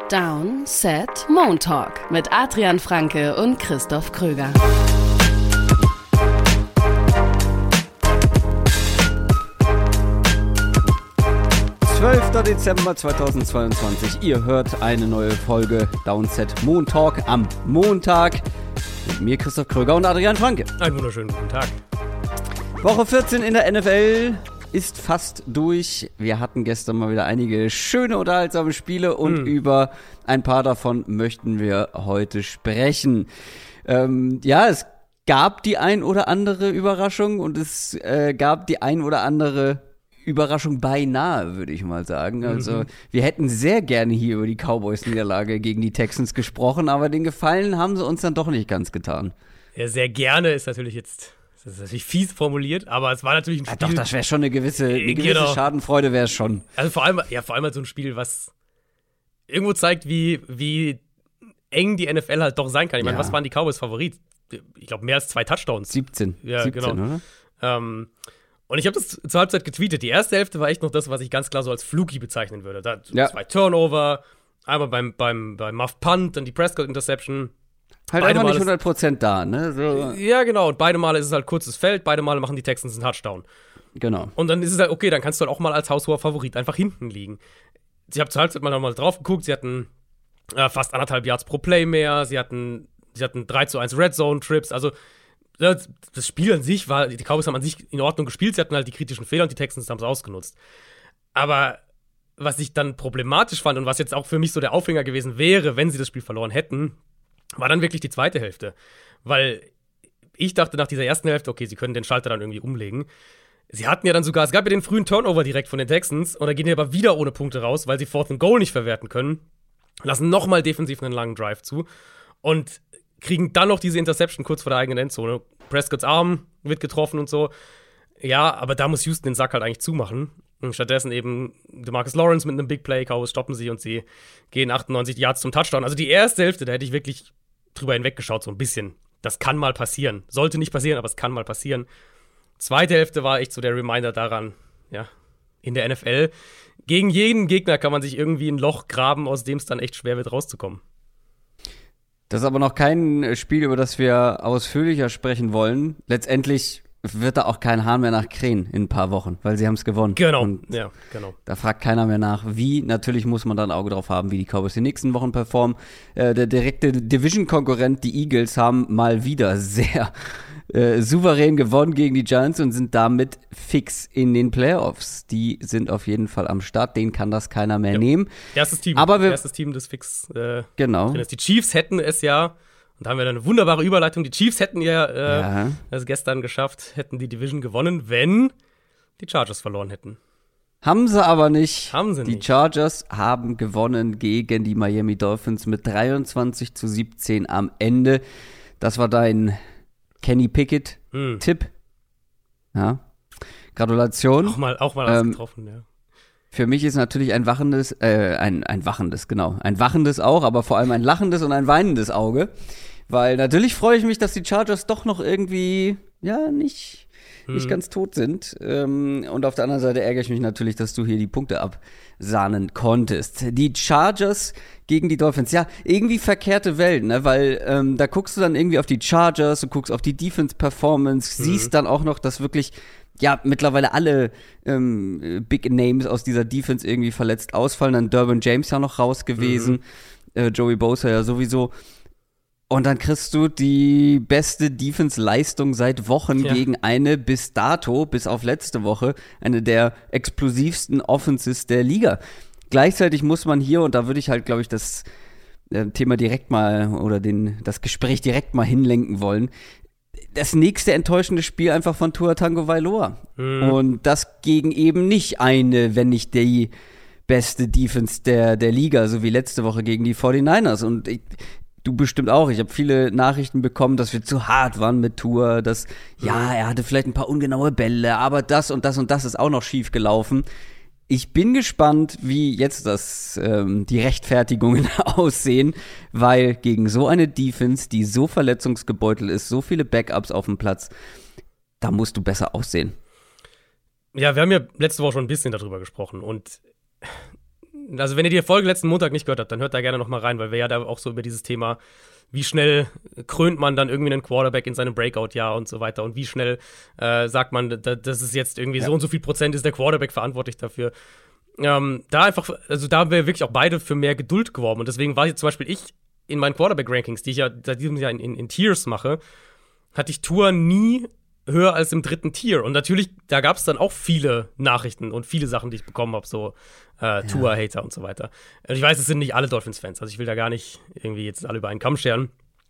Down, Set, Moon Talk mit Adrian Franke und Christoph Kröger. Dezember 2022. Ihr hört eine neue Folge Downset Moon Talk am Montag mit mir, Christoph Kröger und Adrian Franke. Einen wunderschönen guten Tag. Woche 14 in der NFL ist fast durch. Wir hatten gestern mal wieder einige schöne, unterhaltsame Spiele und über ein paar davon möchten wir heute sprechen. Es gab die ein oder andere Überraschung und es gab die ein oder andere Überraschung beinahe, würde ich mal sagen. Also wir hätten sehr gerne hier über die Cowboys-Niederlage gegen die Texans gesprochen, aber den Gefallen haben sie uns dann doch nicht ganz getan. Ja, sehr gerne ist natürlich fies formuliert, aber es war natürlich ein Spiel. Ja, doch, das wäre schon eine gewisse Genau. Schadenfreude wäre es schon. Also vor allem halt so ein Spiel, was irgendwo zeigt, wie eng die NFL halt doch sein kann. Ich meine, was waren die Cowboys Favorit? Ich glaube, mehr als 2 Touchdowns. 17, genau. Oder? Und ich habe das zur Halbzeit getweetet. Die erste Hälfte war echt noch das, was ich ganz klar so als fluky bezeichnen würde. Da 2 Turnover, einmal beim Muff Punt, dann die Prescott Interception. Halt einfach nicht 100% da, ne? So. Ja, genau. Und beide Male ist es halt kurzes Feld, beide Male machen die Texans einen Touchdown. Genau. Und dann ist es halt, okay, dann kannst du halt auch mal als haushoher Favorit einfach hinten liegen. Ich habe zur Halbzeit mal nochmal drauf geguckt, sie hatten fast 1,5 Yards pro Play mehr, sie hatten 3-1 Red Zone Trips, also das Spiel an sich die Cowboys haben an sich in Ordnung gespielt, sie hatten halt die kritischen Fehler und die Texans haben es ausgenutzt. Aber was ich dann problematisch fand und was jetzt auch für mich so der Aufhänger gewesen wäre, wenn sie das Spiel verloren hätten, war dann wirklich die zweite Hälfte. Weil ich dachte nach dieser ersten Hälfte, okay, sie können den Schalter dann irgendwie umlegen. Sie hatten ja dann sogar, es gab ja den frühen Turnover direkt von den Texans und da gehen die aber wieder ohne Punkte raus, weil sie 4th and Goal nicht verwerten können, lassen nochmal defensiv einen langen Drive zu und kriegen dann noch diese Interception kurz vor der eigenen Endzone. Prescotts Arm wird getroffen und so. Ja, aber da muss Houston den Sack halt eigentlich zumachen. Und stattdessen eben DeMarcus Lawrence mit einem Big Play, Cowboys stoppen sie und sie gehen 98 Yards zum Touchdown. Also die erste Hälfte, da hätte ich wirklich drüber hinweggeschaut, so ein bisschen. Das kann mal passieren. Sollte nicht passieren, aber es kann mal passieren. Zweite Hälfte war echt so der Reminder daran, ja, in der NFL, gegen jeden Gegner kann man sich irgendwie ein Loch graben, aus dem es dann echt schwer wird, rauszukommen. Das ist aber noch kein Spiel, über das wir ausführlicher sprechen wollen. Letztendlich wird da auch kein Hahn mehr nach krähen in ein paar Wochen, weil sie haben es gewonnen. Genau, und ja, genau. Da fragt keiner mehr nach, wie. Natürlich muss man dann ein Auge drauf haben, wie die Cowboys die nächsten Wochen performen. Der direkte Division-Konkurrent, die Eagles, haben mal wieder sehr souverän gewonnen gegen die Giants und sind damit fix in den Playoffs. Die sind auf jeden Fall am Start, denen kann das keiner mehr nehmen. Erstes Team, das fix genau. drin ist. Die Chiefs hätten es ja, und da haben wir dann eine wunderbare Überleitung, die Chiefs hätten das gestern geschafft, hätten die Division gewonnen, wenn die Chargers verloren hätten. Haben sie aber nicht. Die Chargers haben gewonnen gegen die Miami Dolphins mit 23-17 am Ende. Das war dein Kenny Pickett-Tipp. Ja. Gratulation. Auch mal was getroffen, ja. Für mich ist natürlich ein wachendes auch, aber vor allem ein lachendes und ein weinendes Auge. Weil natürlich freue ich mich, dass die Chargers doch noch irgendwie, nicht ganz tot sind. Und auf der anderen Seite ärgere ich mich natürlich, dass du hier die Punkte absahnen konntest. Die Chargers gegen die Dolphins, ja, irgendwie verkehrte Welt, ne? Weil da guckst du dann irgendwie auf die Chargers, du guckst auf die Defense-Performance, siehst dann auch noch, dass wirklich mittlerweile alle Big Names aus dieser Defense irgendwie verletzt ausfallen. Dann Derwin James ja noch raus gewesen, Joey Bosa ja sowieso. Und dann kriegst du die beste Defense-Leistung seit Wochen gegen eine bis dato, bis auf letzte Woche, eine der explosivsten Offenses der Liga. Gleichzeitig muss man hier, und da würde ich halt, glaube ich, das Thema direkt mal oder das Gespräch direkt mal hinlenken wollen, das nächste enttäuschende Spiel einfach von Tua Tagovailoa. Und das gegen eben nicht eine, wenn nicht die beste Defense der Liga, so wie letzte Woche gegen die 49ers. Und du bestimmt auch. Ich habe viele Nachrichten bekommen, dass wir zu hart waren mit Tua, dass, er hatte vielleicht ein paar ungenaue Bälle, aber das und das und das ist auch noch schief gelaufen. Ich bin gespannt, wie jetzt die Rechtfertigungen aussehen, weil gegen so eine Defense, die so verletzungsgebeutelt ist, so viele Backups auf dem Platz, da musst du besser aussehen. Ja, wir haben ja letzte Woche schon ein bisschen darüber gesprochen und also wenn ihr die Folge letzten Montag nicht gehört habt, dann hört da gerne noch mal rein, weil wir ja da auch so über dieses Thema, wie schnell krönt man dann irgendwie einen Quarterback in seinem Breakout-Jahr und so weiter und wie schnell sagt man, dass es jetzt irgendwie so und so viel Prozent ist der Quarterback verantwortlich dafür. Da haben wir wirklich auch beide für mehr Geduld geworben und deswegen war jetzt zum Beispiel ich in meinen Quarterback-Rankings, die ich ja seit diesem Jahr in Tiers mache, hatte ich Tua nie höher als im 3. Tier. Und natürlich, da gab es dann auch viele Nachrichten und viele Sachen, die ich bekommen habe, so Tua-Hater und so weiter. Und ich weiß, es sind nicht alle Dolphins-Fans, also ich will da gar nicht irgendwie jetzt alle über einen Kamm scheren.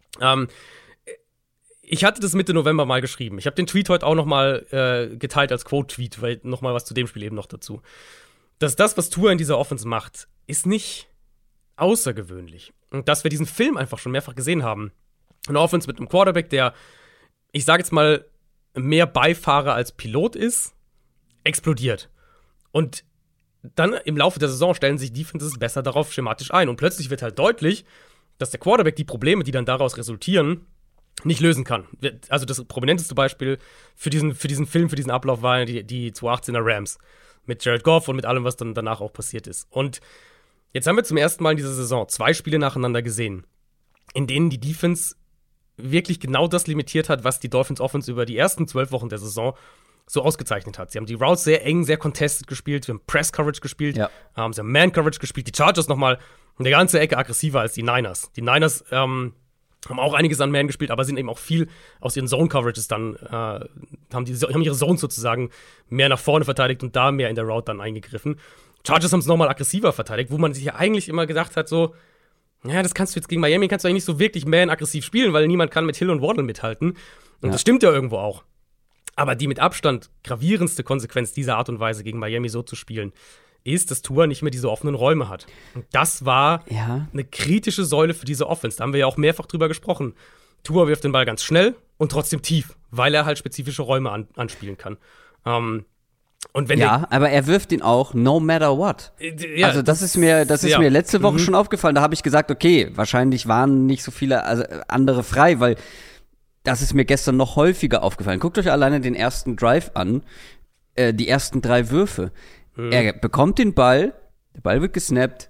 Ich hatte das Mitte November mal geschrieben. Ich habe den Tweet heute auch noch mal geteilt als Quote-Tweet, weil noch mal was zu dem Spiel eben noch dazu. Dass das, was Tua in dieser Offense macht, ist nicht außergewöhnlich. Und dass wir diesen Film einfach schon mehrfach gesehen haben. Eine Offense mit einem Quarterback, der, ich sage jetzt mal, mehr Beifahrer als Pilot ist, explodiert. Und dann im Laufe der Saison stellen sich Defenses besser darauf schematisch ein. Und plötzlich wird halt deutlich, dass der Quarterback die Probleme, die dann daraus resultieren, nicht lösen kann. Also das prominenteste Beispiel für diesen Film, für diesen Ablauf waren die 2018er Rams. Mit Jared Goff und mit allem, was dann danach auch passiert ist. Und jetzt haben wir zum ersten Mal in dieser Saison 2 Spiele nacheinander gesehen, in denen die Defense wirklich genau das limitiert hat, was die Dolphins Offense über die ersten 12 Wochen der Saison so ausgezeichnet hat. Sie haben die Routes sehr eng, sehr contested gespielt, sie haben Press-Coverage gespielt, sie haben Man-Coverage gespielt, die Chargers nochmal eine ganze Ecke aggressiver als die Niners. Die Niners haben auch einiges an Man gespielt, aber sind eben auch viel aus ihren Zone-Coverages dann, haben ihre Zones sozusagen mehr nach vorne verteidigt und da mehr in der Route dann eingegriffen. Chargers haben es nochmal aggressiver verteidigt, wo man sich ja eigentlich immer gedacht hat, so, ja, das kannst du jetzt gegen Miami, kannst du eigentlich nicht so wirklich Man-aggressiv spielen, weil niemand kann mit Hill und Waddle mithalten. Und das stimmt ja irgendwo auch. Aber die mit Abstand gravierendste Konsequenz dieser Art und Weise gegen Miami so zu spielen, ist, dass Tua nicht mehr diese offenen Räume hat. Und das war eine kritische Säule für diese Offense. Da haben wir ja auch mehrfach drüber gesprochen. Tua wirft den Ball ganz schnell und trotzdem tief, weil er halt spezifische Räume anspielen kann. Und wenn aber er wirft ihn auch no matter what. Also das ist mir letzte Woche schon aufgefallen. Da habe ich gesagt, okay, wahrscheinlich waren nicht so viele andere frei, weil das ist mir gestern noch häufiger aufgefallen. Guckt euch alleine den ersten Drive an, die ersten 3 Würfe. Er bekommt den Ball, der Ball wird gesnappt,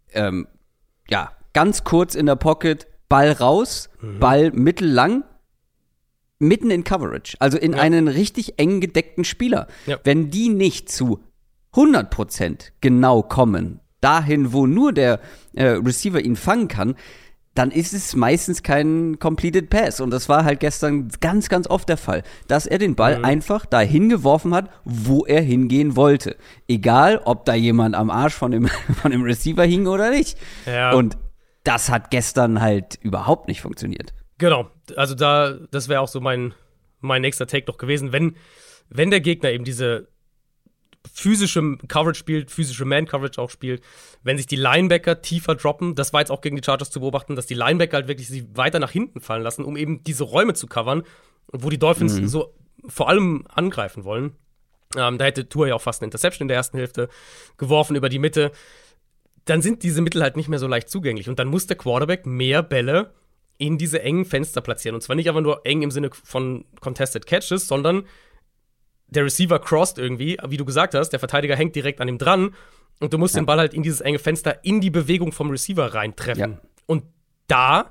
ganz kurz in der Pocket, Ball raus, Ball mittellang, mitten in Coverage, also in einen richtig eng gedeckten Spieler. Ja. Wenn die nicht zu 100% genau kommen, dahin, wo nur der Receiver ihn fangen kann, dann ist es meistens kein Completed Pass. Und das war halt gestern ganz, ganz oft der Fall, dass er den Ball einfach dahin geworfen hat, wo er hingehen wollte. Egal, ob da jemand am Arsch von dem Receiver hing oder nicht. Ja. Und das hat gestern halt überhaupt nicht funktioniert. Genau, also das wäre auch so mein nächster Take noch gewesen, wenn der Gegner eben diese physische Coverage spielt, physische Man-Coverage auch spielt, wenn sich die Linebacker tiefer droppen, das war jetzt auch gegen die Chargers zu beobachten, dass die Linebacker halt wirklich sich weiter nach hinten fallen lassen, um eben diese Räume zu covern, wo die Dolphins so vor allem angreifen wollen. Da hätte Tua ja auch fast eine Interception in der ersten Hälfte geworfen über die Mitte. Dann sind diese Mittel halt nicht mehr so leicht zugänglich und dann muss der Quarterback mehr Bälle in diese engen Fenster platzieren. Und zwar nicht einfach nur eng im Sinne von Contested Catches, sondern der Receiver crossed irgendwie, wie du gesagt hast, der Verteidiger hängt direkt an ihm dran und du musst den Ball halt in dieses enge Fenster, in die Bewegung vom Receiver reintreffen. Ja. Und da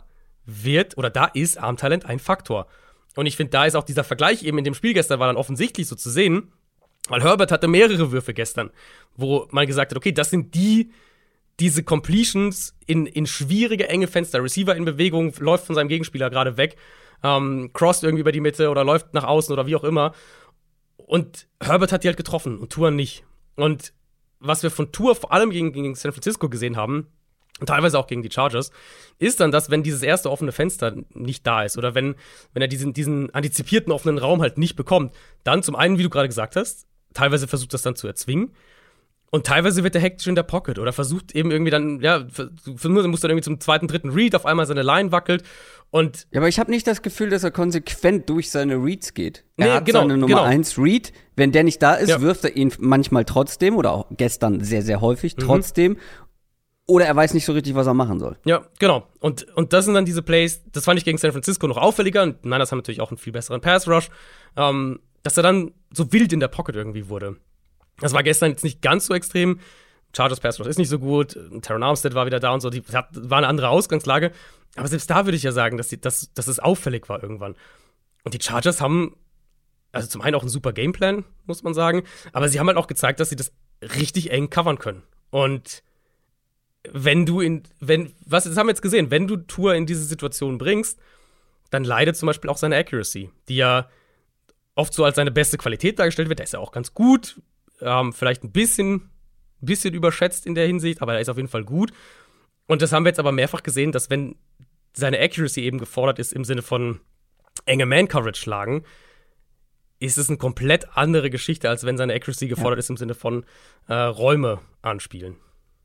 ist Armtalent ein Faktor. Und ich finde, da ist auch dieser Vergleich eben in dem Spiel gestern war dann offensichtlich so zu sehen, weil Herbert hatte mehrere Würfe gestern, wo man gesagt hat, okay, das sind diese Completions in schwierige, enge Fenster. Receiver in Bewegung, läuft von seinem Gegenspieler gerade weg, crossed irgendwie über die Mitte oder läuft nach außen oder wie auch immer. Und Herbert hat die halt getroffen und Tua nicht. Und was wir von Tua vor allem gegen San Francisco gesehen haben, und teilweise auch gegen die Chargers, ist dann, dass wenn dieses erste offene Fenster nicht da ist oder wenn er diesen antizipierten offenen Raum halt nicht bekommt, dann zum einen, wie du gerade gesagt hast, teilweise versucht das dann zu erzwingen und teilweise wird er hektisch in der Pocket oder versucht eben irgendwie dann, muss dann irgendwie zum 2., 3. Read, auf einmal seine Line wackelt und aber ich habe nicht das Gefühl, dass er konsequent durch seine Reads geht. Er hat seine Nummer 1 Read, wenn der nicht da ist, wirft er ihn manchmal trotzdem oder auch gestern sehr, sehr häufig trotzdem. Oder er weiß nicht so richtig, was er machen soll. Ja, genau. Und das sind dann diese Plays, das fand ich gegen San Francisco noch auffälliger. Und Niners haben natürlich auch einen viel besseren Pass-Rush. Dass er dann so wild in der Pocket irgendwie wurde. Das war gestern jetzt nicht ganz so extrem. Chargers Pass Rush ist nicht so gut, Terron Armstead war wieder da und so, war eine andere Ausgangslage. Aber selbst da würde ich ja sagen, dass es auffällig war irgendwann. Und die Chargers haben, also zum einen auch einen super Gameplan, muss man sagen, aber sie haben halt auch gezeigt, dass sie das richtig eng covern können. Und das haben wir jetzt gesehen, wenn du Tua in diese Situation bringst, dann leidet zum Beispiel auch seine Accuracy, die ja oft so als seine beste Qualität dargestellt wird. Der ist ja auch ganz gut, vielleicht ein bisschen überschätzt in der Hinsicht, aber er ist auf jeden Fall gut. Und das haben wir jetzt aber mehrfach gesehen, dass wenn seine Accuracy eben gefordert ist im Sinne von enge Man-Coverage schlagen, ist es eine komplett andere Geschichte, als wenn seine Accuracy gefordert ist im Sinne von Räume anspielen.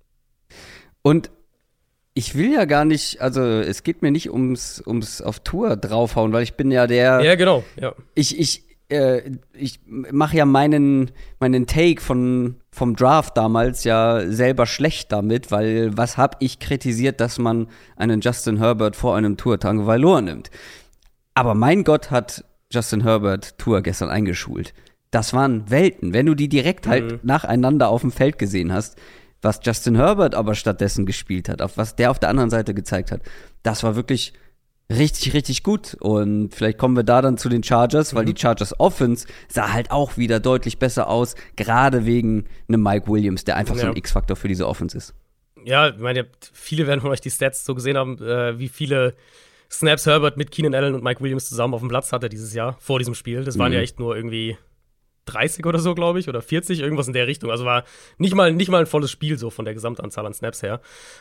Und ich will ja gar nicht, also es geht mir nicht ums auf Tour draufhauen, weil ich bin ja der. Ja, genau, ja. Ich mache ja meinen Take vom Draft damals ja selber schlecht damit, weil was hab ich kritisiert, dass man einen Justin Herbert vor einem Tua Tagovailoa nimmt. Aber mein Gott hat Justin Herbert Tua gestern eingeschult. Das waren Welten. Wenn du die direkt halt nacheinander auf dem Feld gesehen hast, was Justin Herbert aber stattdessen gespielt hat, auf was der auf der anderen Seite gezeigt hat, das war wirklich richtig, richtig gut. Und vielleicht kommen wir da dann zu den Chargers, weil die Chargers Offense sah halt auch wieder deutlich besser aus, gerade wegen einem Mike Williams, der einfach so ein X-Faktor für diese Offense ist. Ja, ich meine, viele werden von euch die Stats so gesehen haben, wie viele Snaps Herbert mit Keenan Allen und Mike Williams zusammen auf dem Platz hatte dieses Jahr, vor diesem Spiel. Das waren ja echt nur irgendwie 30 oder so, glaube ich, oder 40, irgendwas in der Richtung. Also war nicht mal ein volles Spiel so von der Gesamtanzahl an Snaps her.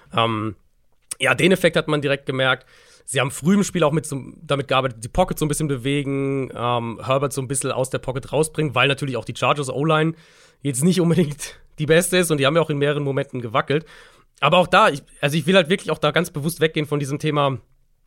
Den Effekt hat man direkt gemerkt. Sie haben früh im Spiel auch damit gearbeitet, die Pocket so ein bisschen bewegen, Herbert so ein bisschen aus der Pocket rausbringen, weil natürlich auch die Chargers O-Line jetzt nicht unbedingt die beste ist und die haben ja auch in mehreren Momenten gewackelt. Aber auch da, ich will halt wirklich auch da ganz bewusst weggehen von diesem Thema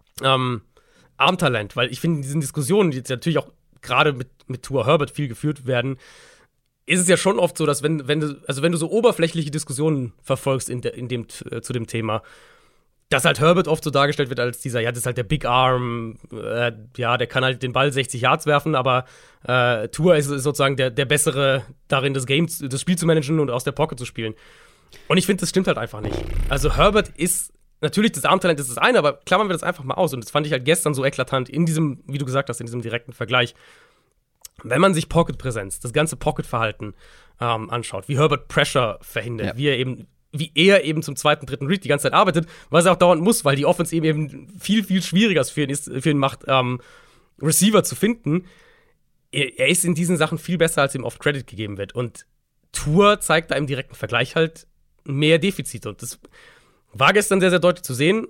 Armtalent, weil ich finde, in diesen Diskussionen, die jetzt natürlich auch gerade mit Tua Herbert viel geführt werden, ist es ja schon oft so, dass wenn du so oberflächliche Diskussionen verfolgst zu dem Thema, dass halt Herbert oft so dargestellt wird als dieser, ja, das ist halt der Big Arm, der kann halt den Ball 60 Yards werfen, aber Tua ist sozusagen der Bessere darin, das Spiel zu managen und aus der Pocket zu spielen. Und ich finde, das stimmt halt einfach nicht. Also Herbert ist natürlich, das Armtalent ist das eine, aber klammern wir das einfach mal aus. Und das fand ich halt gestern so eklatant in diesem, wie du gesagt hast, in diesem direkten Vergleich. Wenn man sich Pocket-Präsenz, das ganze Pocket-Verhalten anschaut, wie Herbert Pressure verhindert, wie er eben zum zweiten, dritten Read die ganze Zeit arbeitet, was er auch dauernd muss, weil die Offense eben viel, viel schwieriger für ihn macht, Receiver zu finden. Er ist in diesen Sachen viel besser, als ihm oft Credit gegeben wird. Und Tua zeigt da im direkten Vergleich halt mehr Defizite. Und das war gestern sehr, sehr deutlich zu sehen.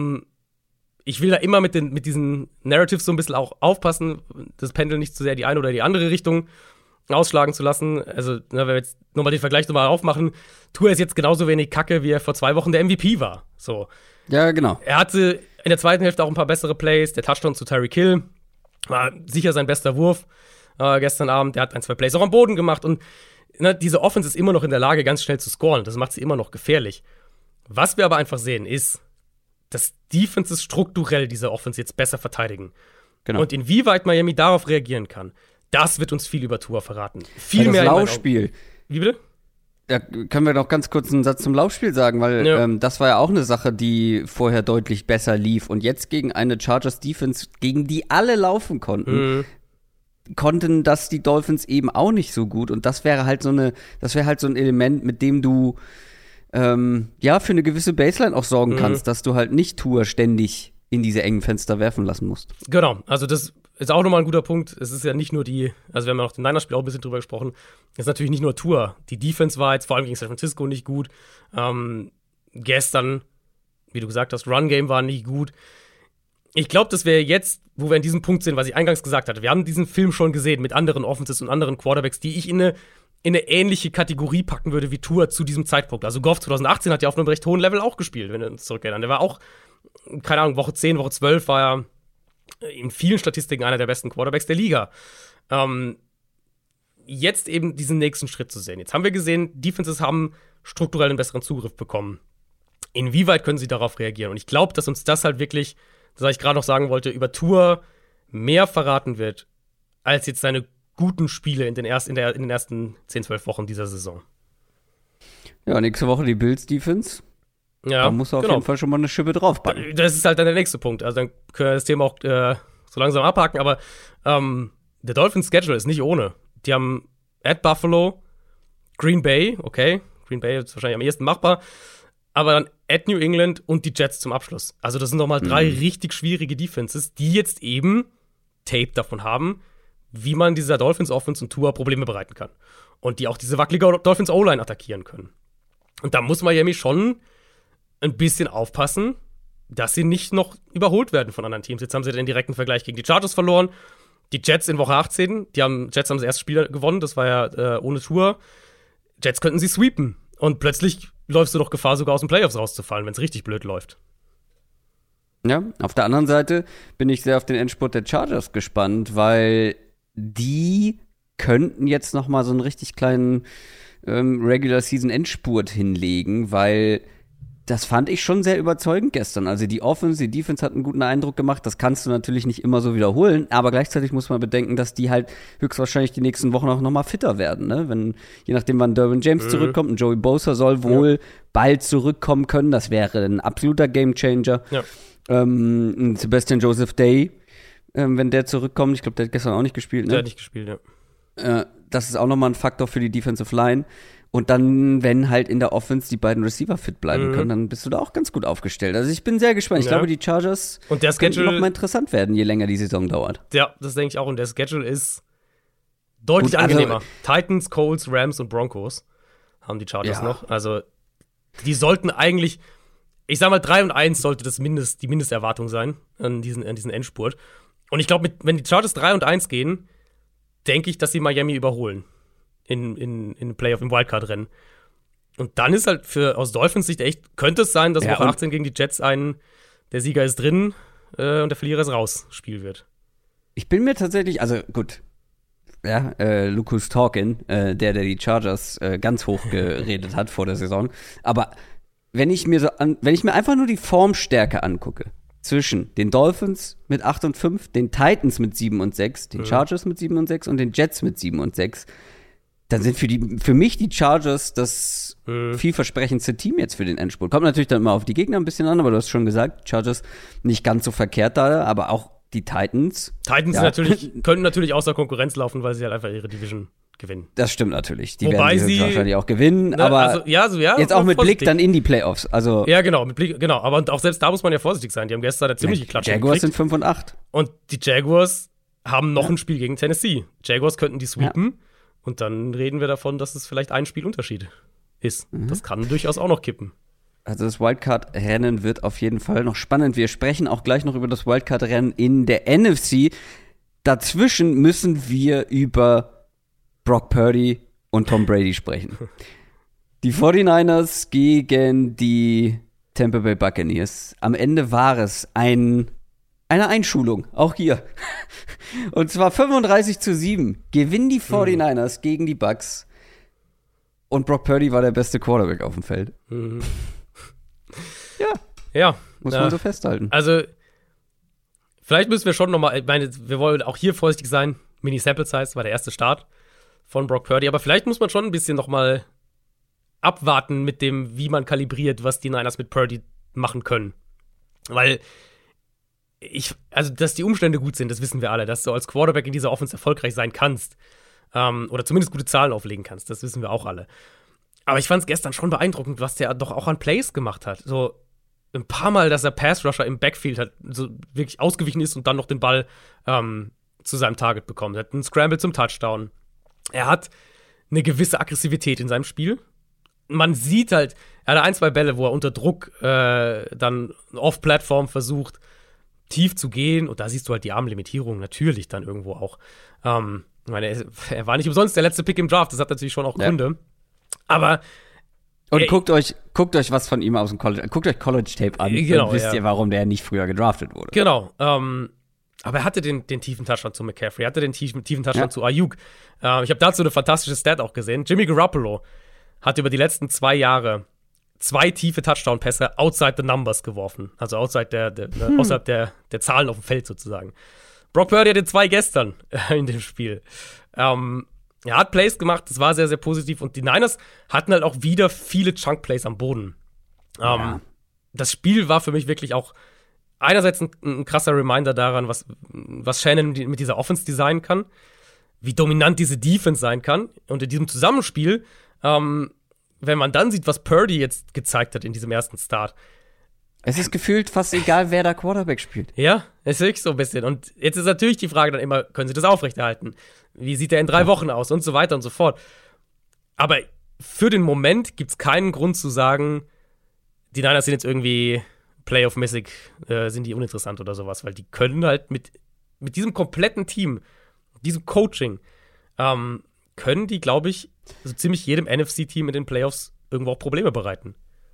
Ich will da immer mit diesen Narratives so ein bisschen auch aufpassen, das Pendel nicht zu sehr die eine oder die andere Richtung ausschlagen zu lassen. Also, wenn wir jetzt nochmal den Vergleich nochmal aufmachen, Tua ist jetzt genauso wenig Kacke, wie er vor 2 Wochen der MVP war. So. Ja, genau. Er hatte in der zweiten Hälfte auch ein paar bessere Plays. Der Touchdown zu Tyreek Hill war sicher sein bester Wurf gestern Abend. Der hat 1, 2 Plays auch am Boden gemacht. Und diese Offense ist immer noch in der Lage, ganz schnell zu scoren. Das macht sie immer noch gefährlich. Was wir aber einfach sehen, ist, dass Defenses strukturell diese Offense jetzt besser verteidigen. Genau. Und inwieweit Miami darauf reagieren kann, das wird uns viel über Tua verraten. Viel mehr. Das Laufspiel. Wie bitte? Da können wir noch ganz kurz einen Satz zum Laufspiel sagen, weil das war ja auch eine Sache, die vorher deutlich besser lief. Und jetzt gegen eine Chargers-Defense, gegen die alle laufen konnten, konnten das die Dolphins eben auch nicht so gut. Und das wäre halt so ein Element, mit dem du für eine gewisse Baseline auch sorgen kannst, dass du halt nicht Tua ständig in diese engen Fenster werfen lassen musst. Genau, also das ist auch nochmal ein guter Punkt. Es ist ja nicht nur also wir haben ja auch im Niners-Spiel auch ein bisschen drüber gesprochen, es ist natürlich nicht nur Tua. Die Defense war jetzt vor allem gegen San Francisco nicht gut. Gestern, wie du gesagt hast, Run-Game war nicht gut. Ich glaube, dass wir jetzt, wo wir an diesem Punkt sind, was ich eingangs gesagt hatte, wir haben diesen Film schon gesehen mit anderen Offenses und anderen Quarterbacks, die ich in eine ähnliche Kategorie packen würde wie Tua zu diesem Zeitpunkt. Also Goff 2018 hat ja auf einem recht hohen Level auch gespielt, wenn wir uns zurückerinnern. Der war auch, keine Ahnung, Woche 10, Woche 12 war er in vielen Statistiken einer der besten Quarterbacks der Liga. Jetzt eben diesen nächsten Schritt zu sehen. Jetzt haben wir gesehen, Defenses haben strukturell einen besseren Zugriff bekommen. Inwieweit können sie darauf reagieren? Und ich glaube, dass uns das halt wirklich, was ich gerade noch sagen wollte, über Tua mehr verraten wird, als jetzt seine guten Spiele in den ersten 10, 12 Wochen dieser Saison. Ja, nächste Woche die Bills-Defense. Ja, da muss er auf jeden Fall schon mal eine Schippe draufpacken. Das ist halt dann der nächste Punkt. Also dann können wir das Thema auch so langsam abhaken. Aber der Dolphins-Schedule ist nicht ohne. Die haben at Buffalo, Green Bay, okay. Green Bay ist wahrscheinlich am ehesten machbar. Aber dann at New England und die Jets zum Abschluss. Also das sind nochmal 3 richtig schwierige Defenses, die jetzt eben Tape davon haben, wie man dieser Dolphins-Offense und Tua Probleme bereiten kann. Und die auch diese wackelige Dolphins-O-Line attackieren können. Und da muss Miami schon ein bisschen aufpassen, dass sie nicht noch überholt werden von anderen Teams. Jetzt haben sie den direkten Vergleich gegen die Chargers verloren. Die Jets in Woche 18, Jets haben das erste Spiel gewonnen, das war ja ohne Tour. Jets könnten sie sweepen. Und plötzlich läufst du doch Gefahr, sogar aus den Playoffs rauszufallen, wenn es richtig blöd läuft. Ja, auf der anderen Seite bin ich sehr auf den Endspurt der Chargers gespannt, weil die könnten jetzt noch mal so einen richtig kleinen Regular-Season-Endspurt hinlegen, weil das fand ich schon sehr überzeugend gestern. Also die Offense, die Defense hat einen guten Eindruck gemacht. Das kannst du natürlich nicht immer so wiederholen, aber gleichzeitig muss man bedenken, dass die halt höchstwahrscheinlich die nächsten Wochen auch noch mal fitter werden. Ne? Je nachdem, wann Derwin James zurückkommt, und Joey Bosa soll wohl bald zurückkommen können. Das wäre ein absoluter Gamechanger. Ja. Sebastian Joseph Day, wenn der zurückkommt, ich glaube, der hat gestern auch nicht gespielt. Ne? Der hat nicht gespielt, ja. Das ist auch nochmal ein Faktor für die Defensive Line. Und dann, wenn halt in der Offense die beiden Receiver fit bleiben können, dann bist du da auch ganz gut aufgestellt. Also ich bin sehr gespannt. Ich glaube, die Chargers könnten noch mal interessant werden, je länger die Saison dauert. Ja, das denke ich auch. Und der Schedule ist deutlich angenehmer. Titans, Colts, Rams und Broncos haben die Chargers noch. Also die sollten eigentlich, ich sag mal 3-1 sollte das die Mindesterwartung sein an diesen Endspurt. Und ich glaube, wenn die Chargers 3-1 gehen, denke ich, dass sie Miami überholen. In Playoff, im Wildcard-Rennen. Und dann ist halt aus Dolphins Sicht echt, könnte es sein, dass Woche 18 gegen die Jets der Sieger ist drin und der Verlierer ist raus, Spiel wird. Ich bin mir tatsächlich, also gut, Lucas Talkin, der die Chargers ganz hoch geredet hat vor der Saison, aber wenn ich mir einfach nur die Formstärke angucke, zwischen den Dolphins mit 8-5, den Titans mit 7-6, den Chargers mit 7-6 und den Jets mit 7-6, dann sind für mich die Chargers das vielversprechendste Team jetzt für den Endspurt. Kommt natürlich dann immer auf die Gegner ein bisschen an, aber du hast schon gesagt, Chargers nicht ganz so verkehrt da, aber auch die Titans. Können natürlich außer Konkurrenz laufen, weil sie halt einfach ihre Division gewinnen. Das stimmt natürlich. Die werden sie wahrscheinlich auch gewinnen, aber jetzt auch mit Blick dann in die Playoffs. Also ja, genau, aber auch selbst da muss man ja vorsichtig sein. Die haben gestern eine ziemliche Klatsche gekriegt. Jaguars sind 5-8. Und die Jaguars haben noch ein Spiel gegen Tennessee. Jaguars könnten die sweepen. Ja. Und dann reden wir davon, dass es vielleicht ein Spielunterschied ist. Das kann durchaus auch noch kippen. Also das Wildcard-Rennen wird auf jeden Fall noch spannend. Wir sprechen auch gleich noch über das Wildcard-Rennen in der NFC. Dazwischen müssen wir über Brock Purdy und Tom Brady sprechen. Die 49ers gegen die Tampa Bay Buccaneers. Am Ende war es eine Einschulung, auch hier. Und zwar 35-7 gewinnen die 49ers gegen die Bucks. Und Brock Purdy war der beste Quarterback auf dem Feld. Ja. Muss man so festhalten. Also, vielleicht müssen wir schon nochmal, ich meine, wir wollen auch hier vorsichtig sein. Mini-Sample-Size war der erste Start von Brock Purdy. Aber vielleicht muss man schon ein bisschen nochmal abwarten mit dem, wie man kalibriert, was die Niners mit Purdy machen können. Weil dass die Umstände gut sind, das wissen wir alle, dass du als Quarterback in dieser Offense erfolgreich sein kannst. Oder zumindest gute Zahlen auflegen kannst, das wissen wir auch alle. Aber ich fand es gestern schon beeindruckend, was der doch auch an Plays gemacht hat. So ein paar Mal, dass er Pass-Rusher im Backfield hat, so wirklich ausgewichen ist und dann noch den Ball zu seinem Target bekommt. Er hat einen Scramble zum Touchdown. Er hat eine gewisse Aggressivität in seinem Spiel. Man sieht halt, er hat 1-2 Bälle, wo er unter Druck dann off-Plattform versucht, tief zu gehen, und da siehst du halt die Armlimitierung natürlich dann irgendwo auch. Ich meine, er war nicht umsonst der letzte Pick im Draft, das hat natürlich schon auch Gründe. Aber und guckt euch was von ihm aus dem College, guckt euch College-Tape an, dann wisst ihr, warum der nicht früher gedraftet wurde. Genau, aber er hatte den tiefen Touchdown zu McCaffrey, er hatte den tiefen Touchdown zu Ayuk. Ich habe dazu eine fantastische Stat auch gesehen. Jimmy Garoppolo hat über die letzten 2 Jahre 2 tiefe Touchdown-Pässe outside the numbers geworfen. Also außerhalb der Zahlen auf dem Feld sozusagen. Brock Purdy hatte 2 gestern in dem Spiel. Er hat Plays gemacht, das war sehr, sehr positiv. Und die Niners hatten halt auch wieder viele Chunk-Plays am Boden. Das Spiel war für mich wirklich auch einerseits ein krasser Reminder daran, was Shannon mit dieser Offense designen kann, wie dominant diese Defense sein kann. Und in diesem Zusammenspiel, wenn man dann sieht, was Purdy jetzt gezeigt hat in diesem ersten Start. Es ist gefühlt fast egal, wer da Quarterback spielt. Ja, es ist wirklich so ein bisschen. Und jetzt ist natürlich die Frage dann immer, können sie das aufrechterhalten? Wie sieht der in 3 Wochen aus? Und so weiter und so fort. Aber für den Moment gibt es keinen Grund zu sagen, die Niners sind jetzt irgendwie Playoff-mäßig, sind die uninteressant oder sowas. Weil die können halt mit diesem kompletten Team, diesem Coaching, können die, glaube ich, so ziemlich jedem NFC-Team in den Playoffs irgendwo auch Probleme bereiten.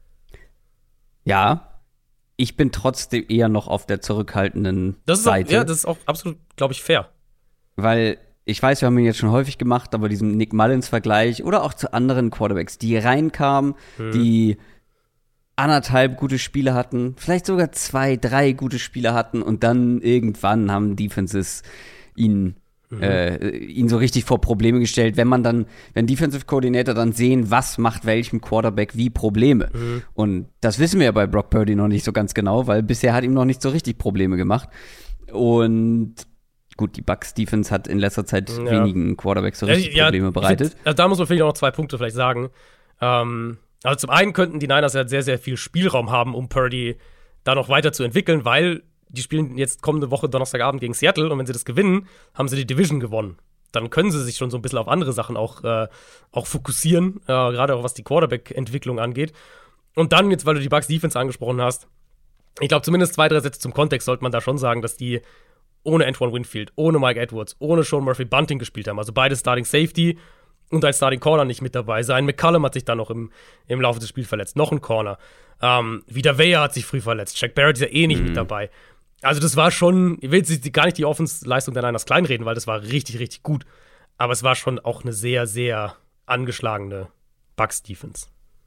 Ja, ich bin trotzdem eher noch auf der zurückhaltenden Seite. Das ist auch absolut, glaube ich, fair. Weil ich weiß, wir haben ihn jetzt schon häufig gemacht, aber diesen Nick Mullins-Vergleich oder auch zu anderen Quarterbacks, die reinkamen, die 1,5 gute Spiele hatten, vielleicht sogar 2, 3 gute Spiele hatten und dann irgendwann haben Defenses ihn so richtig vor Probleme gestellt, wenn Defensive Coordinator dann sehen, was macht welchem Quarterback wie Probleme. Und das wissen wir ja bei Brock Purdy noch nicht so ganz genau, weil bisher hat ihm noch nicht so richtig Probleme gemacht. Und gut, die Bucs-Defense hat in letzter Zeit wenigen Quarterbacks so richtig Probleme bereitet. Da muss man vielleicht auch noch 2 Punkte vielleicht sagen. Also zum einen könnten die Niners ja sehr, sehr viel Spielraum haben, um Purdy da noch weiter zu entwickeln, weil die spielen jetzt kommende Woche Donnerstagabend gegen Seattle und wenn sie das gewinnen, haben sie die Division gewonnen. Dann können sie sich schon so ein bisschen auf andere Sachen auch fokussieren, gerade auch was die Quarterback-Entwicklung angeht. Und dann, jetzt weil du die Bucs-Defense angesprochen hast, ich glaube zumindest 2, 3 Sätze zum Kontext sollte man da schon sagen, dass die ohne Antoine Winfield, ohne Mike Edwards, ohne Sean Murphy Bunting gespielt haben. Also beide Starting Safety und ein Starting Corner nicht mit dabei sein. McCollum hat sich dann noch im Laufe des Spiels verletzt. Noch ein Corner. Wieder Weyer hat sich früh verletzt. Shaq Barrett ist ja nicht mit dabei. Also das war schon, ich will jetzt gar nicht die Offense-Leistung der Niners kleinreden, weil das war richtig, richtig gut. Aber es war schon auch eine sehr, sehr angeschlagene Bucs-Defense.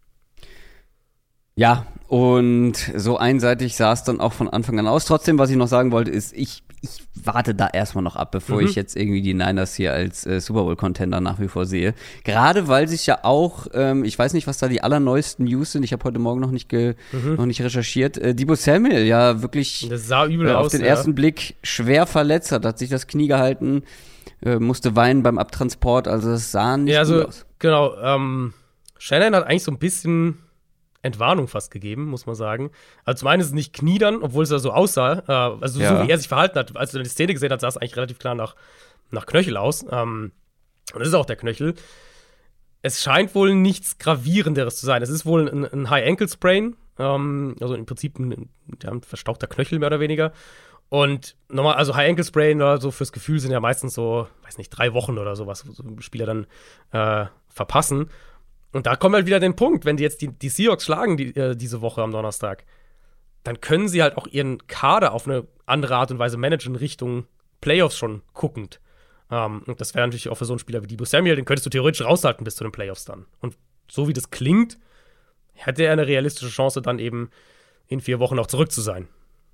Ja, und so einseitig sah es dann auch von Anfang an aus. Trotzdem, was ich noch sagen wollte, ist, ich warte da erstmal noch ab, bevor ich jetzt irgendwie die Niners hier als Super Bowl-Contender nach wie vor sehe. Gerade weil sich ja auch, ich weiß nicht, was da die allerneuesten News sind, ich habe heute Morgen noch nicht recherchiert, Deebo Samuel ja wirklich das sah übel auf aus, den ersten Blick schwer verletzt hat sich das Knie gehalten, musste weinen beim Abtransport, also das sah nicht gut aus. Genau, Shannon hat eigentlich so ein bisschen Entwarnung fast gegeben, muss man sagen. Also zum einen ist es nicht Knie dann, obwohl es ja so aussah, so wie er sich verhalten hat, als du die Szene gesehen hast, sah es eigentlich relativ klar nach Knöchel aus. Und das ist auch der Knöchel. Es scheint wohl nichts Gravierenderes zu sein. Es ist wohl ein High-Ankle-Sprain, also im Prinzip ein verstauchter Knöchel mehr oder weniger. Und nochmal, also High-Ankle-Sprain oder so fürs Gefühl sind ja meistens so, weiß nicht, 3 Wochen oder sowas, wo so Spieler dann verpassen. Und da kommt halt wieder den Punkt, wenn die jetzt die Seahawks schlagen diese Woche am Donnerstag, dann können sie halt auch ihren Kader auf eine andere Art und Weise managen Richtung Playoffs schon guckend. Und das wäre natürlich auch für so einen Spieler wie Deebo Samuel, den könntest du theoretisch raushalten bis zu den Playoffs dann. Und so wie das klingt, hätte er eine realistische Chance, dann eben in 4 Wochen auch zurück zu sein.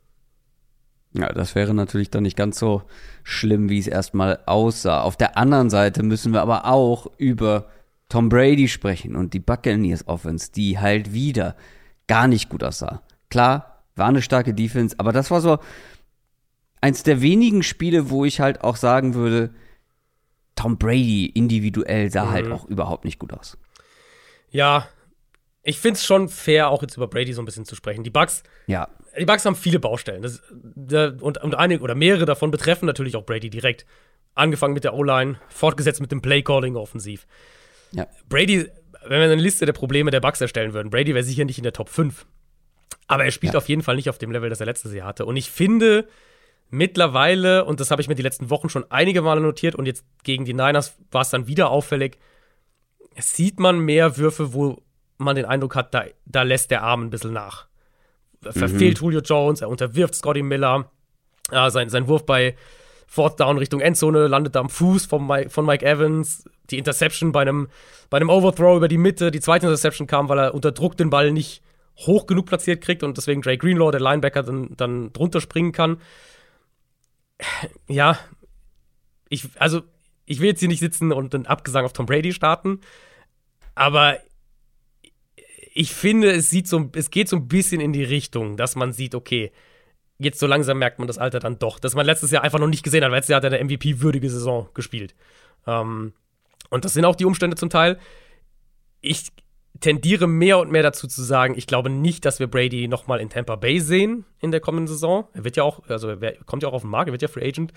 Ja, das wäre natürlich dann nicht ganz so schlimm, wie es erstmal aussah. Auf der anderen Seite müssen wir aber auch über Tom Brady sprechen und die Buccaneers Offense, die halt wieder gar nicht gut aussah. Klar, war eine starke Defense, aber das war so eins der wenigen Spiele, wo ich halt auch sagen würde, Tom Brady individuell sah halt auch überhaupt nicht gut aus. Ja, ich finde es schon fair, auch jetzt über Brady so ein bisschen zu sprechen. Die Bucs haben viele Baustellen. Und einige oder mehrere davon betreffen natürlich auch Brady direkt. Angefangen mit der O-Line, fortgesetzt mit dem Play-Calling offensiv. Ja. Brady, wenn wir eine Liste der Probleme der Bucs erstellen würden, Brady wäre sicher nicht in der Top 5. Aber er spielt auf jeden Fall nicht auf dem Level, das er letztes Jahr hatte. Und ich finde mittlerweile, und das habe ich mir die letzten Wochen schon einige Male notiert, und jetzt gegen die Niners war es dann wieder auffällig, es sieht man mehr Würfe, wo man den Eindruck hat, da lässt der Arm ein bisschen nach. Verfehlt Julio Jones, er unterwirft Scotty Miller, sein Wurf bei Fourth Down Richtung Endzone landet da am Fuß von Mike Evans. Die Interception bei einem Overthrow über die Mitte. Die zweite Interception kam, weil er unter Druck den Ball nicht hoch genug platziert kriegt und deswegen Dre Greenlaw, der Linebacker, dann drunter springen kann. Ja, ich will jetzt hier nicht sitzen und einen Abgesang auf Tom Brady starten, aber ich finde, es geht so ein bisschen in die Richtung, dass man sieht, okay, jetzt so langsam merkt man das Alter dann doch, dass man letztes Jahr einfach noch nicht gesehen hat, weil letztes Jahr hat er eine MVP-würdige Saison gespielt. Und das sind auch die Umstände zum Teil. Ich tendiere mehr und mehr dazu zu sagen, ich glaube nicht, dass wir Brady nochmal in Tampa Bay sehen in der kommenden Saison. Er wird ja auch, also er kommt ja auch auf den Markt, er wird ja Free Agent.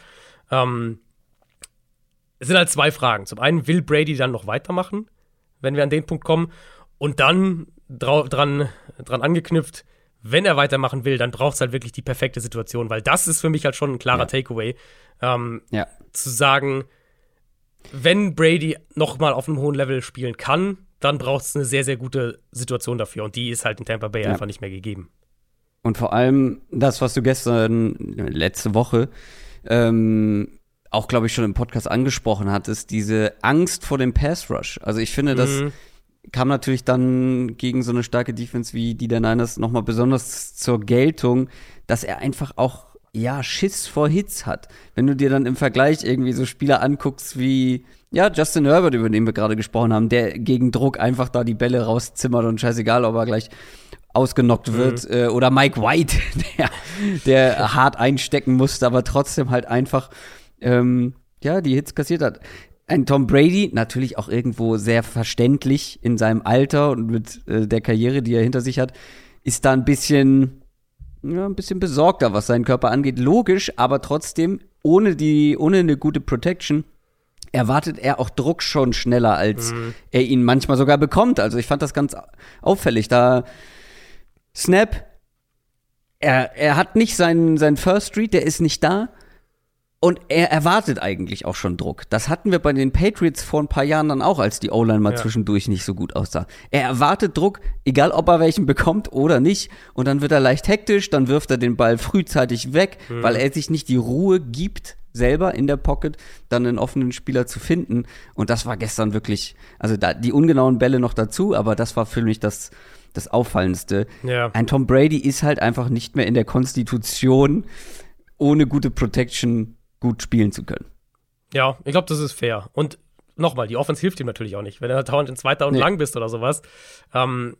Es sind halt zwei Fragen. Zum einen, will Brady dann noch weitermachen, wenn wir an den Punkt kommen? Und dann dran angeknüpft, wenn er weitermachen will, dann braucht es halt wirklich die perfekte Situation, weil das ist für mich halt schon ein klarer Takeaway. Zu sagen, wenn Brady noch mal auf einem hohen Level spielen kann, dann braucht es eine sehr, sehr gute Situation dafür. Und die ist halt in Tampa Bay einfach nicht mehr gegeben. Und vor allem das, was du letzte Woche, auch, glaube ich, schon im Podcast angesprochen hattest, diese Angst vor dem Pass-Rush. Also ich finde, das kam natürlich dann gegen so eine starke Defense wie die der Niners nochmal besonders zur Geltung, dass er einfach auch, Schiss vor Hits hat. Wenn du dir dann im Vergleich irgendwie so Spieler anguckst wie, Justin Herbert, über den wir gerade gesprochen haben, der gegen Druck einfach da die Bälle rauszimmert und scheißegal, ob er gleich ausgenockt wird, oder Mike White, der hart einstecken musste, aber trotzdem halt einfach, die Hits kassiert hat. Ein Tom Brady, natürlich auch irgendwo sehr verständlich in seinem Eine und mit der Karriere, die er hinter sich hat, ist da ein bisschen besorgter, was seinen Körper angeht. Logisch, aber trotzdem, ohne eine gute Protection, erwartet er auch Druck schon schneller, als er ihn manchmal sogar bekommt. Also ich fand das ganz auffällig. Da Snap, er hat nicht seinen First Read, der ist nicht da. Und er erwartet eigentlich auch schon Druck. Das hatten wir bei den Patriots vor ein paar Jahren dann auch, als die O-Line mal zwischendurch nicht so gut aussah. Er erwartet Druck, egal ob er welchen bekommt oder nicht. Und dann wird er leicht hektisch, dann wirft er den Ball frühzeitig weg, weil er sich nicht die Ruhe gibt, selber in der Pocket dann einen offenen Spieler zu finden. Und das war gestern wirklich, also da die ungenauen Bälle noch dazu, aber das war für mich das Auffallendste. Ja. Ein Tom Brady ist halt einfach nicht mehr in der Konstitution, ohne gute Protection gut spielen zu können. Ja, ich glaube, das ist fair. Und nochmal, die Offense hilft ihm natürlich auch nicht. Wenn du dauernd in 2. und lang bist oder sowas, dann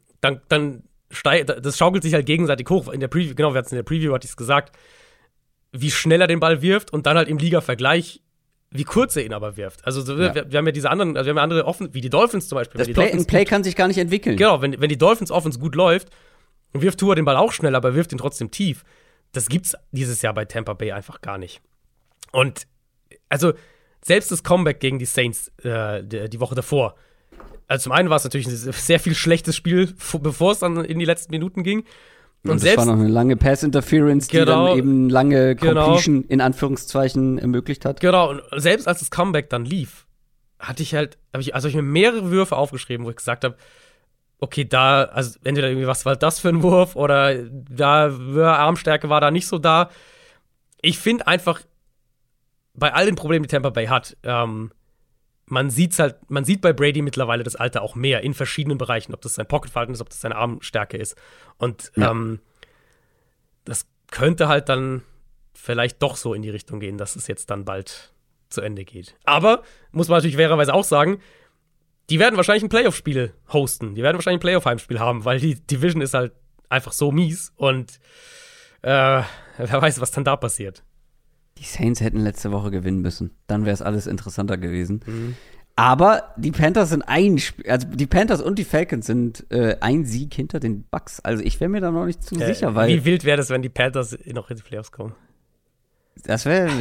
das schaukelt sich halt gegenseitig hoch. In der Preview, genau, wir hatten es in der Preview, hatte ich es gesagt, wie schnell er den Ball wirft und dann halt im Liga-Vergleich, wie kurz er ihn aber wirft. Also wir haben ja diese anderen, also wir haben ja andere Offense, wie die Dolphins zum Beispiel. Das Play kann sich gar nicht entwickeln. Genau, wenn die Dolphins Offense gut läuft, wirft Tua den Ball auch schnell, aber wirft ihn trotzdem tief. Das gibt's dieses Jahr bei Tampa Bay einfach gar nicht. Und also selbst das Comeback gegen die Saints die Woche davor. Also zum einen war es natürlich ein sehr viel schlechtes Spiel, bevor es dann in die letzten Minuten ging. Und das war noch eine lange Pass-Interference, die dann eben lange Completion in Anführungszeichen ermöglicht hat. Genau, und selbst als das Comeback dann lief, habe ich mir mehrere Würfe aufgeschrieben, wo ich gesagt habe, okay, also entweder irgendwie, was war das für ein Wurf oder Armstärke war da nicht so da. Ich finde einfach, bei all den Problemen, die Tampa Bay hat, man sieht bei Brady mittlerweile das Alter auch mehr in verschiedenen Bereichen, ob das sein Pocketverhalten ist, ob das seine Armstärke ist. Und das könnte halt dann vielleicht doch so in die Richtung gehen, dass es jetzt dann bald zu Ende geht. Aber, muss man natürlich fairerweise auch sagen, die werden wahrscheinlich ein Playoff-Spiel hosten. Die werden wahrscheinlich ein Playoff-Heimspiel haben, weil die Division ist halt einfach so mies. Und wer weiß, was dann da passiert. Die Saints hätten letzte Woche gewinnen müssen. Dann wäre es alles interessanter gewesen. Aber die Panthers sind die Panthers und die Falcons sind ein Sieg hinter den Bucks. Also ich wäre mir da noch nicht zu sicher, weil. Wie wild wäre das, wenn die Panthers noch in die Playoffs kommen? Es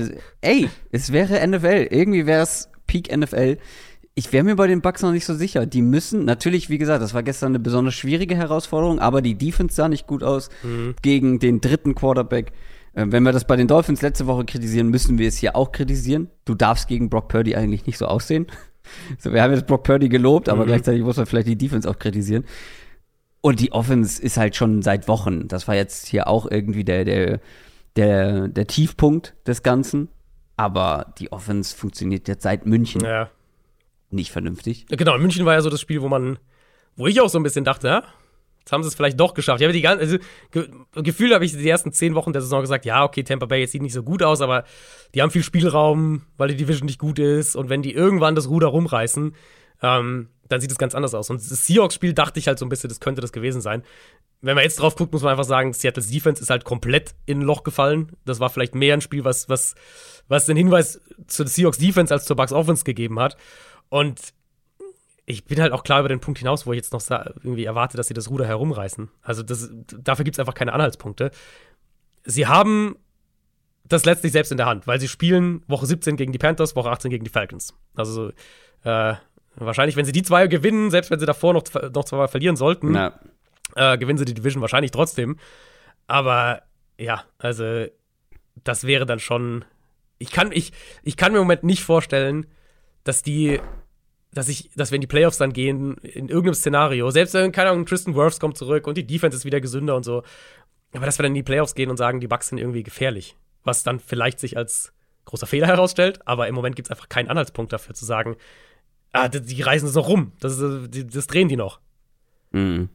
wäre NFL. Irgendwie wäre es Peak NFL. Ich wäre mir bei den Bucks noch nicht so sicher. Die müssen, natürlich, wie gesagt, das war gestern eine besonders schwierige Herausforderung, aber die Defense sah nicht gut aus gegen den dritten Quarterback. Wenn wir das bei den Dolphins letzte Woche kritisieren, müssen wir es hier auch kritisieren. Du darfst gegen Brock Purdy eigentlich nicht so aussehen. So, wir haben jetzt Brock Purdy gelobt, aber gleichzeitig muss man vielleicht die Defense auch kritisieren. Und die Offense ist halt schon seit Wochen. Das war jetzt hier auch irgendwie der Tiefpunkt des Ganzen. Aber die Offense funktioniert jetzt seit München nicht vernünftig. Genau, München war ja so das Spiel, wo ich auch so ein bisschen dachte, Jetzt haben sie es vielleicht doch geschafft. Ich habe gefühlt habe ich die ersten 10 Wochen der Saison gesagt, ja, okay, Tampa Bay, jetzt sieht nicht so gut aus, aber die haben viel Spielraum, weil die Division nicht gut ist. Und wenn die irgendwann das Ruder rumreißen, dann sieht es ganz anders aus. Und das Seahawks-Spiel dachte ich halt so ein bisschen, das könnte das gewesen sein. Wenn man jetzt drauf guckt, muss man einfach sagen, Seattle's Defense ist halt komplett in ein Loch gefallen. Das war vielleicht mehr ein Spiel, was den Hinweis zur Seahawks Defense als zur Bucks Offense gegeben hat. Und ich bin halt auch klar über den Punkt hinaus, wo ich jetzt noch irgendwie erwarte, dass sie das Ruder herumreißen. Also dafür gibt es einfach keine Anhaltspunkte. Sie haben das letztlich selbst in der Hand, weil sie spielen Woche 17 gegen die Panthers, Woche 18 gegen die Falcons. Also wahrscheinlich, wenn sie die 2 gewinnen, selbst wenn sie davor noch 2 verlieren sollten, gewinnen sie die Division wahrscheinlich trotzdem. Aber ja, also das wäre dann schon. Ich kann mir im Moment nicht vorstellen, dass wir in die Playoffs dann gehen, in irgendeinem Szenario, selbst wenn, keine Ahnung, Tristan Wirfs kommt zurück und die Defense ist wieder gesünder und so, aber dass wir dann in die Playoffs gehen und sagen, die Bucks sind irgendwie gefährlich, was dann vielleicht sich als großer Fehler herausstellt, aber im Moment gibt es einfach keinen Anhaltspunkt dafür zu sagen, die reißen es noch rum, das drehen die noch. Mhm.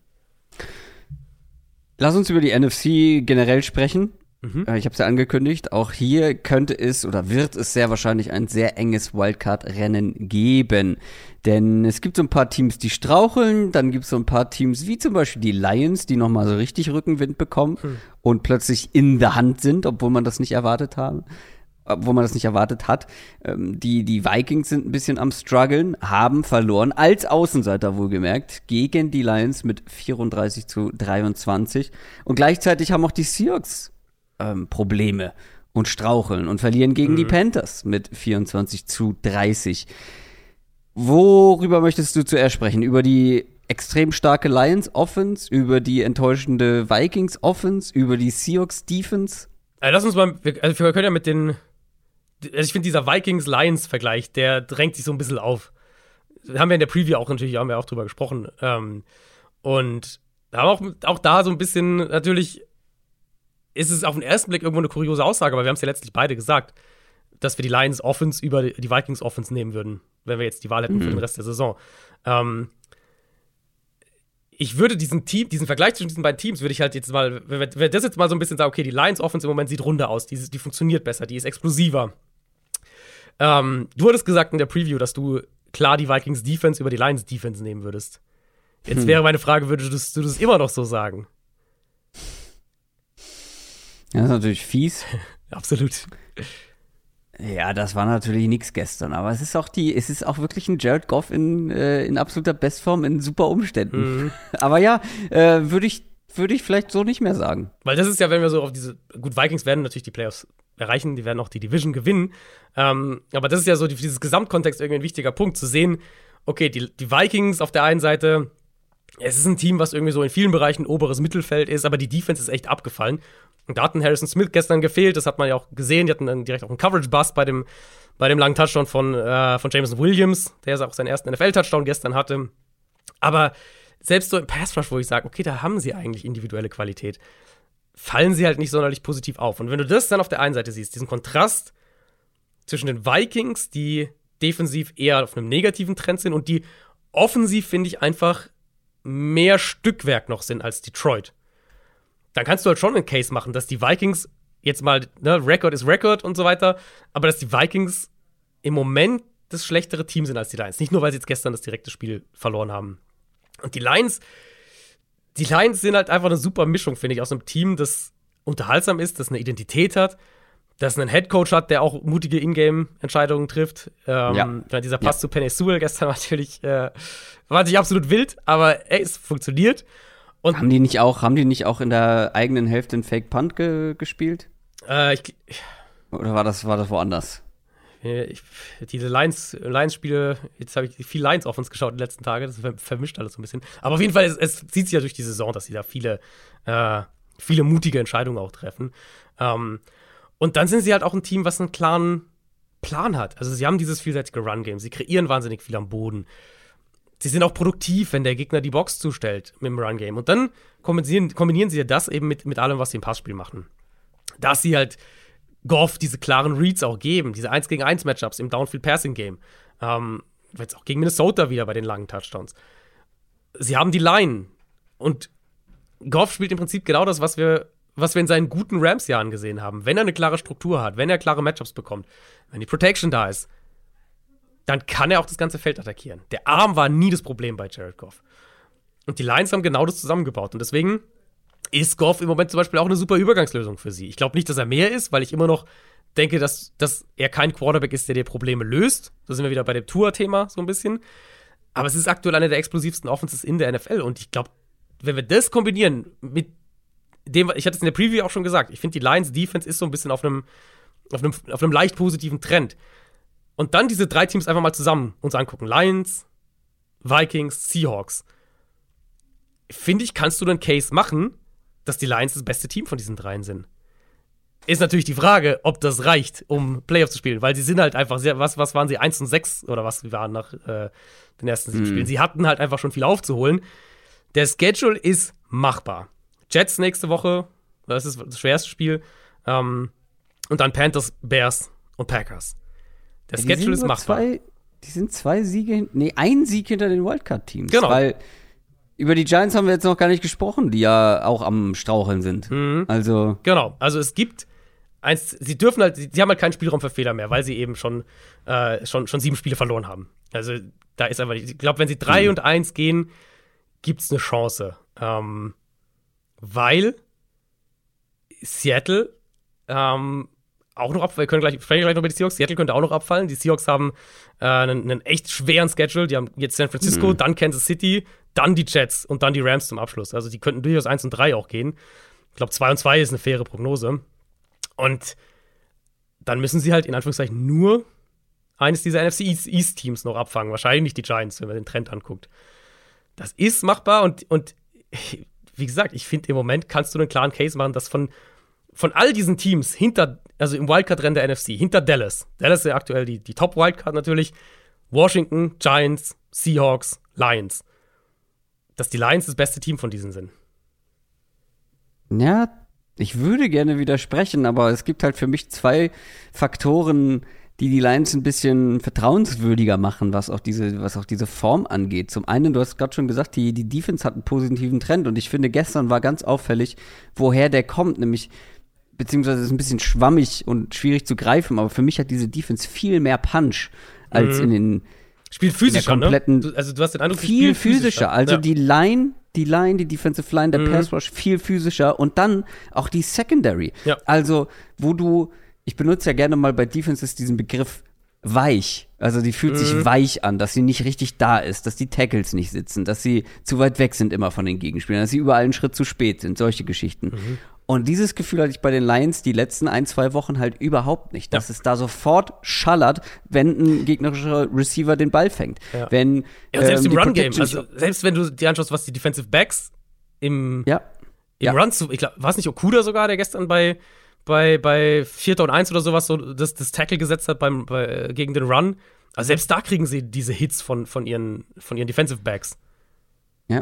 Lass uns über die NFC generell sprechen. Ich habe es ja angekündigt, auch hier könnte es oder wird es sehr wahrscheinlich ein sehr enges Wildcard-Rennen geben. Denn es gibt so ein paar Teams, die straucheln, dann gibt es so ein paar Teams wie zum Beispiel die Lions, die nochmal so richtig Rückenwind bekommen und plötzlich in der Hand sind, obwohl man das nicht erwartet hat. Die Vikings sind ein bisschen am struggeln, haben verloren, als Außenseiter wohlgemerkt, gegen die Lions mit 34-23. Und gleichzeitig haben auch die Seahawks Probleme und straucheln und verlieren gegen die Panthers mit 24-30. Worüber möchtest du zuerst sprechen? Über die extrem starke Lions-Offense, über die enttäuschende Vikings-Offense, über die Seahawks-Defense? Lass uns mal, wir können ja mit den, also ich finde dieser Vikings-Lions-Vergleich, der drängt sich so ein bisschen auf. Haben wir in der Preview auch natürlich, haben wir auch drüber gesprochen. Und da haben auch da so ein bisschen, natürlich ist es auf den ersten Blick irgendwo eine kuriose Aussage, aber wir haben es ja letztlich beide gesagt, dass wir die Lions Offense über die Vikings Offense nehmen würden, wenn wir jetzt die Wahl hätten für den Rest der Saison. Ich würde diesen Vergleich zwischen diesen beiden Teams, würde ich halt jetzt mal, wenn wir das jetzt mal so ein bisschen sagen, okay, die Lions Offense im Moment sieht runder aus, die funktioniert besser, die ist explosiver. Du hattest gesagt in der Preview, dass du klar die Vikings Defense über die Lions Defense nehmen würdest. Jetzt wäre meine Frage, würdest du das immer noch so sagen? Ja, das ist natürlich fies. Absolut. Ja, das war natürlich nichts gestern, aber es ist auch wirklich ein Jared Goff in absoluter Bestform in super Umständen. Aber ja, würde ich vielleicht so nicht mehr sagen. Weil das ist ja, wenn wir so auf gut, Vikings werden natürlich die Playoffs erreichen, die werden auch die Division gewinnen, aber das ist ja so dieses Gesamtkontext irgendwie ein wichtiger Punkt, zu sehen, okay, die Vikings auf der einen Seite, es ist ein Team, was irgendwie so in vielen Bereichen oberes Mittelfeld ist, aber die Defense ist echt abgefallen. Und da hat ein Harrison Smith gestern gefehlt, das hat man ja auch gesehen. Die hatten dann direkt auch einen Coverage-Bust bei dem langen Touchdown von Jameson Williams, der auch seinen ersten NFL-Touchdown gestern hatte. Aber selbst so im Pass-Rush, wo ich sage, okay, da haben sie eigentlich individuelle Qualität, fallen sie halt nicht sonderlich positiv auf. Und wenn du das dann auf der einen Seite siehst, diesen Kontrast zwischen den Vikings, die defensiv eher auf einem negativen Trend sind und die offensiv, finde ich, einfach mehr Stückwerk noch sind als Detroit, dann kannst du halt schon einen Case machen, dass die Vikings jetzt mal, ne, Record ist Record und so weiter, aber dass die Vikings im Moment das schlechtere Team sind als die Lions. Nicht nur, weil sie jetzt gestern das direkte Spiel verloren haben. Und die Lions sind halt einfach eine super Mischung, finde ich, aus einem Team, das unterhaltsam ist, das eine Identität hat, das einen Headcoach hat, der auch mutige Ingame-Entscheidungen trifft. Dieser Pass zu Penei Sewell gestern war natürlich absolut wild, aber es funktioniert. Und haben die nicht auch in der eigenen Hälfte einen Fake Punt gespielt? Oder war das woanders? Diese Lions-Spiele, jetzt habe ich viel Lions auf uns geschaut in den letzten Tagen, das vermischt alles so ein bisschen. Aber auf jeden Fall, es zieht sich ja durch die Saison, dass sie da viele mutige Entscheidungen auch treffen. Und dann sind sie halt auch ein Team, was einen klaren Plan hat. Also sie haben dieses vielseitige Run-Game, sie kreieren wahnsinnig viel am Boden. Sie sind auch produktiv, wenn der Gegner die Box zustellt mit dem Run-Game. Und dann kombinieren sie ja das eben mit allem, was sie im Passspiel machen. Dass sie halt Goff diese klaren Reads auch geben, diese 1-gegen-1 im Downfield-Passing-Game. Jetzt auch gegen Minnesota wieder bei den langen Touchdowns. Sie haben die Line. Und Goff spielt im Prinzip genau das, was wir in seinen guten Rams-Jahren gesehen haben. Wenn er eine klare Struktur hat, wenn er klare Matchups bekommt, wenn die Protection da ist, dann kann er auch das ganze Feld attackieren. Der Arm war nie das Problem bei Jared Goff. Und die Lions haben genau das zusammengebaut. Und deswegen ist Goff im Moment zum Beispiel auch eine super Übergangslösung für sie. Ich glaube nicht, dass er mehr ist, weil ich immer noch denke, dass er kein Quarterback ist, der dir Probleme löst. Da sind wir wieder bei dem Tour-Thema so ein bisschen. Aber es ist aktuell eine der explosivsten Offenses in der NFL. Und ich glaube, wenn wir das kombinieren mit dem, ich hatte es in der Preview auch schon gesagt, ich finde, die Lions-Defense ist so ein bisschen auf einem leicht positiven Trend. Und dann diese 3 Teams einfach mal zusammen uns angucken. Lions, Vikings, Seahawks. Finde ich, kannst du einen Case machen, dass die Lions das beste Team von diesen 3 sind. Ist natürlich die Frage, ob das reicht, um Playoffs zu spielen, weil sie sind halt einfach sehr, was waren sie, 1-6 oder was sie waren nach den ersten 7 Spielen. Sie hatten halt einfach schon viel aufzuholen. Der Schedule ist machbar. Jets nächste Woche, das ist das schwerste Spiel. Und dann Panthers, Bears und Packers. Der Schedule ist machbar. Die sind 2 Siege, ein Sieg hinter den Wildcard-Teams. Genau. Weil über die Giants haben wir jetzt noch gar nicht gesprochen, die ja auch am Straucheln sind. Also. Genau. Also es gibt sie haben halt keinen Spielraum für Fehler mehr, weil sie eben schon 7 Spiele verloren haben. Also da ist einfach, ich glaube, wenn sie 3-1 gehen, gibt's eine Chance. Weil Seattle auch noch abfallen, sprechen gleich noch über die Seahawks. Seattle könnte auch noch abfallen. Die Seahawks haben einen echt schweren Schedule. Die haben jetzt San Francisco, dann Kansas City, dann die Jets und dann die Rams zum Abschluss. Also die könnten durchaus 1-3 auch gehen. Ich glaube, 2-2 ist eine faire Prognose. Und dann müssen sie halt in Anführungszeichen nur eines dieser NFC East-Teams noch abfangen. Wahrscheinlich nicht die Giants, wenn man den Trend anguckt. Das ist machbar und wie gesagt, ich finde, im Moment kannst du einen klaren Case machen, dass von all diesen Teams also im Wildcard-Rennen der NFC, hinter Dallas ist ja aktuell die Top-Wildcard natürlich, Washington, Giants, Seahawks, Lions, dass die Lions das beste Team von diesen sind. Ja, ich würde gerne widersprechen, aber es gibt halt für mich 2 Faktoren, die Lions ein bisschen vertrauenswürdiger machen, was auch diese Form angeht. Zum einen, du hast gerade schon gesagt, die Defense hat einen positiven Trend und ich finde, gestern war ganz auffällig, woher der kommt, nämlich beziehungsweise ist ein bisschen schwammig und schwierig zu greifen, aber für mich hat diese Defense viel mehr Punch als in den spielt physischer, kompletten, ne? Du hast den Eindruck, viel physischer. Also ja. Die Defensive Line, der Pass Rush viel physischer und dann auch die Secondary. Ja. Also, ich benutze ja gerne mal bei Defenses diesen Begriff weich. Also die fühlt sich weich an, dass sie nicht richtig da ist, dass die Tackles nicht sitzen, dass sie zu weit weg sind immer von den Gegenspielern, dass sie überall einen Schritt zu spät sind, solche Geschichten. Und dieses Gefühl hatte ich bei den Lions die letzten 1-2 Wochen halt überhaupt nicht, dass es da sofort schallert, wenn ein gegnerischer Receiver den Ball fängt. Ja. Wenn, selbst im Run-Game, also selbst wenn du dir anschaust, was die Defensive Backs im Run, ich glaube, war es nicht Okuda sogar, der gestern bei 4. und 1 oder sowas so das Tackle gesetzt hat gegen den Run. Also selbst da kriegen sie diese Hits von ihren Defensive Backs. Ja.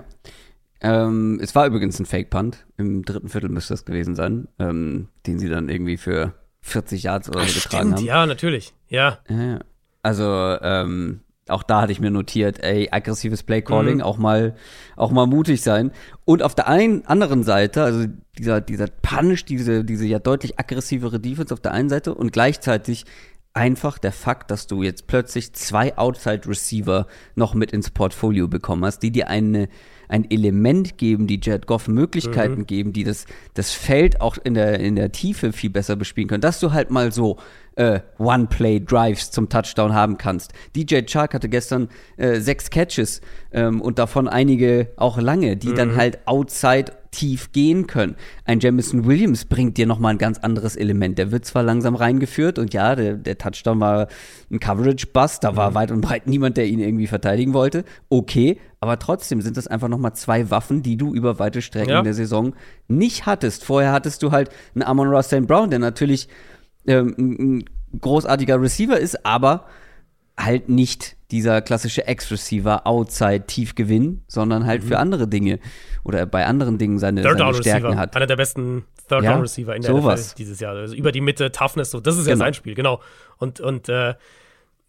Es war übrigens ein Fake-Punt. Im 3. Viertel müsste das gewesen sein, den sie dann irgendwie für 40 Yards oder so getragen haben. Ja, natürlich. Ja. Also, auch da hatte ich mir notiert, aggressives Play-Calling, auch mal mutig sein. Und auf der anderen Seite, also dieser Punch, diese ja deutlich aggressivere Defense auf der einen Seite und gleichzeitig einfach der Fakt, dass du jetzt plötzlich 2 Outside-Receiver noch mit ins Portfolio bekommen hast, die dir ein Element geben, die Jared Goff Möglichkeiten geben, die das Feld auch in der Tiefe viel besser bespielen können, dass du halt mal so One-Play-Drives zum Touchdown haben kannst. DJ Chark hatte gestern 6 Catches und davon einige auch lange, die dann halt outside tief gehen können. Ein Jamison Williams bringt dir nochmal ein ganz anderes Element. Der wird zwar langsam reingeführt und ja, der Touchdown war ein Coverage-Bust, da war weit und breit niemand, der ihn irgendwie verteidigen wollte. Okay, aber trotzdem sind das einfach nochmal 2 Waffen, die du über weite Strecken in der Saison nicht hattest. Vorher hattest du halt einen Amon-Ra St. Brown, der natürlich ein großartiger Receiver ist, aber halt nicht dieser klassische Ex-Receiver, Outside, tief gewinnen, sondern halt für andere Dinge oder bei anderen Dingen seine Stärken hat. Einer der besten Third-Down-Receiver in der NFL dieses Jahr. Also über die Mitte, Toughness, so, das ist ja sein Spiel, genau. Und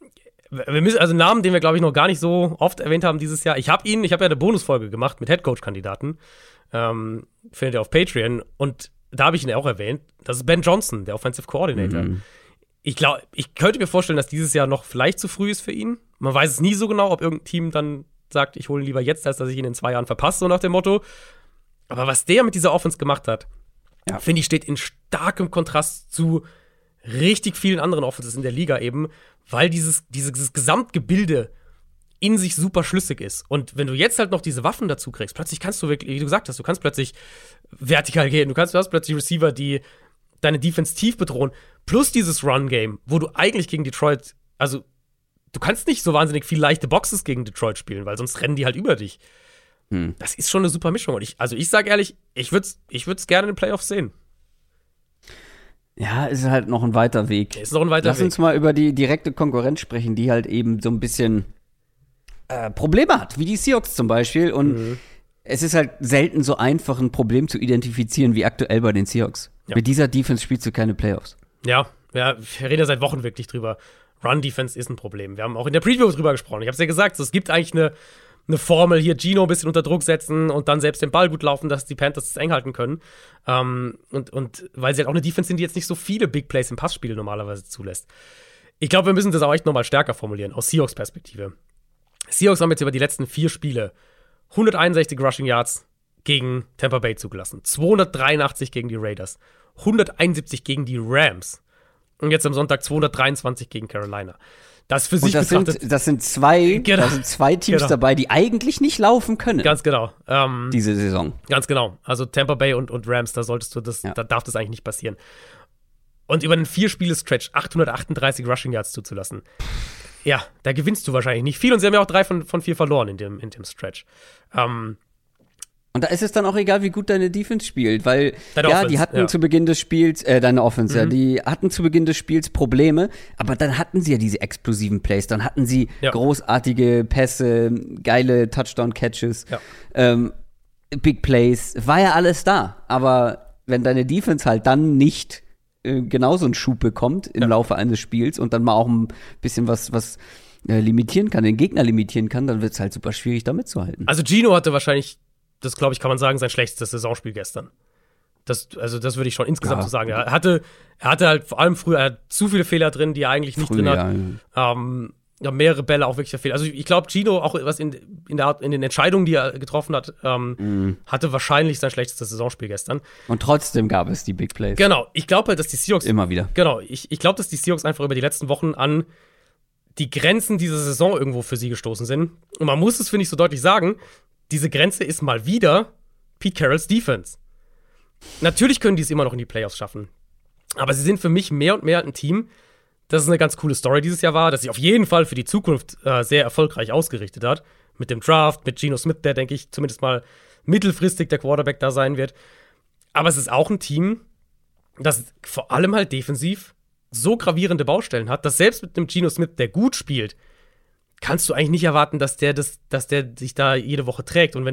wir müssen, also einen Namen, den wir, glaube ich, noch gar nicht so oft erwähnt haben dieses Jahr. Ich habe ja eine Bonusfolge gemacht mit Headcoach-Kandidaten. Findet ihr auf Patreon. Und da habe ich ihn auch erwähnt. Das ist Ben Johnson, der Offensive Coordinator. Ich glaube, ich könnte mir vorstellen, dass dieses Jahr noch vielleicht zu früh ist für ihn. Man weiß es nie so genau, ob irgendein Team dann sagt, ich hole ihn lieber jetzt, als dass ich ihn in 2 Jahren verpasse, so nach dem Motto. Aber was der mit dieser Offense gemacht hat, finde ich, steht in starkem Kontrast zu richtig vielen anderen Offenses in der Liga eben, weil dieses Gesamtgebilde in sich super schlüssig ist. Und wenn du jetzt halt noch diese Waffen dazu kriegst, plötzlich kannst du wirklich, wie du gesagt hast, du kannst plötzlich vertikal gehen, du hast plötzlich Receiver, die deine Defense tief bedrohen, plus dieses Run-Game, wo du eigentlich gegen Detroit, also du kannst nicht so wahnsinnig viel leichte Boxes gegen Detroit spielen, weil sonst rennen die halt über dich. Das ist schon eine super Mischung. Und ich sag ehrlich, ich würd's gerne in den Playoffs sehen. Ja, ist halt noch ein weiter Weg. Ist noch ein weiter Weg. Lass uns mal über die direkte Konkurrenz sprechen, die halt eben so ein bisschen Probleme hat, wie die Seahawks zum Beispiel. Und es ist halt selten so einfach, ein Problem zu identifizieren wie aktuell bei den Seahawks. Ja. Mit dieser Defense spielst du keine Playoffs. Ja, wir reden ja seit Wochen wirklich drüber. Run-Defense ist ein Problem. Wir haben auch in der Preview drüber gesprochen. Ich habe es ja gesagt, es gibt eigentlich eine Formel, hier Gino ein bisschen unter Druck setzen und dann selbst den Ball gut laufen, dass die Panthers es eng halten können. Und weil sie halt auch eine Defense sind, die jetzt nicht so viele Big Plays im Passspiel normalerweise zulässt. Ich glaube, wir müssen das auch echt nochmal stärker formulieren, aus Seahawks-Perspektive. Seahawks haben jetzt über die letzten 4 Spiele 161 Rushing Yards gegen Tampa Bay zugelassen, 283 gegen die Raiders, 171 gegen die Rams und jetzt am Sonntag 223 gegen Carolina. Das für sich betrachtet. Das sind zwei Teams dabei, die eigentlich nicht laufen können. Ganz genau. Diese Saison. Ganz genau. Also Tampa Bay und Rams, da darf das eigentlich nicht passieren. Und über einen 4-Spiele-Stretch 838 Rushing Yards zuzulassen. Ja, da gewinnst du wahrscheinlich nicht viel. Und sie haben ja auch 3 von 4 verloren in dem Stretch. Und da ist es dann auch egal, wie gut deine Defense spielt, weil die hatten zu Beginn des Spiels, deine Offense, die hatten zu Beginn des Spiels Probleme, aber dann hatten sie ja diese explosiven Plays, dann hatten sie großartige Pässe, geile Touchdown-Catches, Big Plays, war ja alles da, aber wenn deine Defense halt dann nicht genauso einen Schub bekommt im Laufe eines Spiels und dann mal auch ein bisschen was limitieren kann, den Gegner limitieren kann, dann wird es halt super schwierig, da mitzuhalten. Also Gino hatte wahrscheinlich, das glaube ich, kann man sagen, sein schlechtestes Saisonspiel gestern. Das würde ich schon insgesamt so sagen. Er hatte halt vor allem früher zu viele Fehler drin, die er eigentlich nicht drin hat. Mehrere Bälle auch wirklich Fehler. Also ich glaube, Gino, auch was in den Entscheidungen, die er getroffen hat, hatte wahrscheinlich sein schlechtestes Saisonspiel gestern. Und trotzdem gab es die Big Plays. Genau. Ich glaube halt, dass die Seahawks immer wieder. Genau. Ich glaube, dass die Seahawks einfach über die letzten Wochen an die Grenzen dieser Saison irgendwo für sie gestoßen sind. Und man muss es, finde ich, so deutlich sagen, diese Grenze ist mal wieder Pete Carrolls Defense. Natürlich können die es immer noch in die Playoffs schaffen. Aber sie sind für mich mehr und mehr ein Team, das ist eine ganz coole Story dieses Jahr war, das sich auf jeden Fall für die Zukunft sehr erfolgreich ausgerichtet hat. Mit dem Draft, mit Geno Smith, der, denke ich, zumindest mal mittelfristig der Quarterback da sein wird. Aber es ist auch ein Team, das vor allem halt defensiv so gravierende Baustellen hat, dass selbst mit einem Geno Smith, der gut spielt, kannst du eigentlich nicht erwarten, dass der sich da jede Woche trägt. Und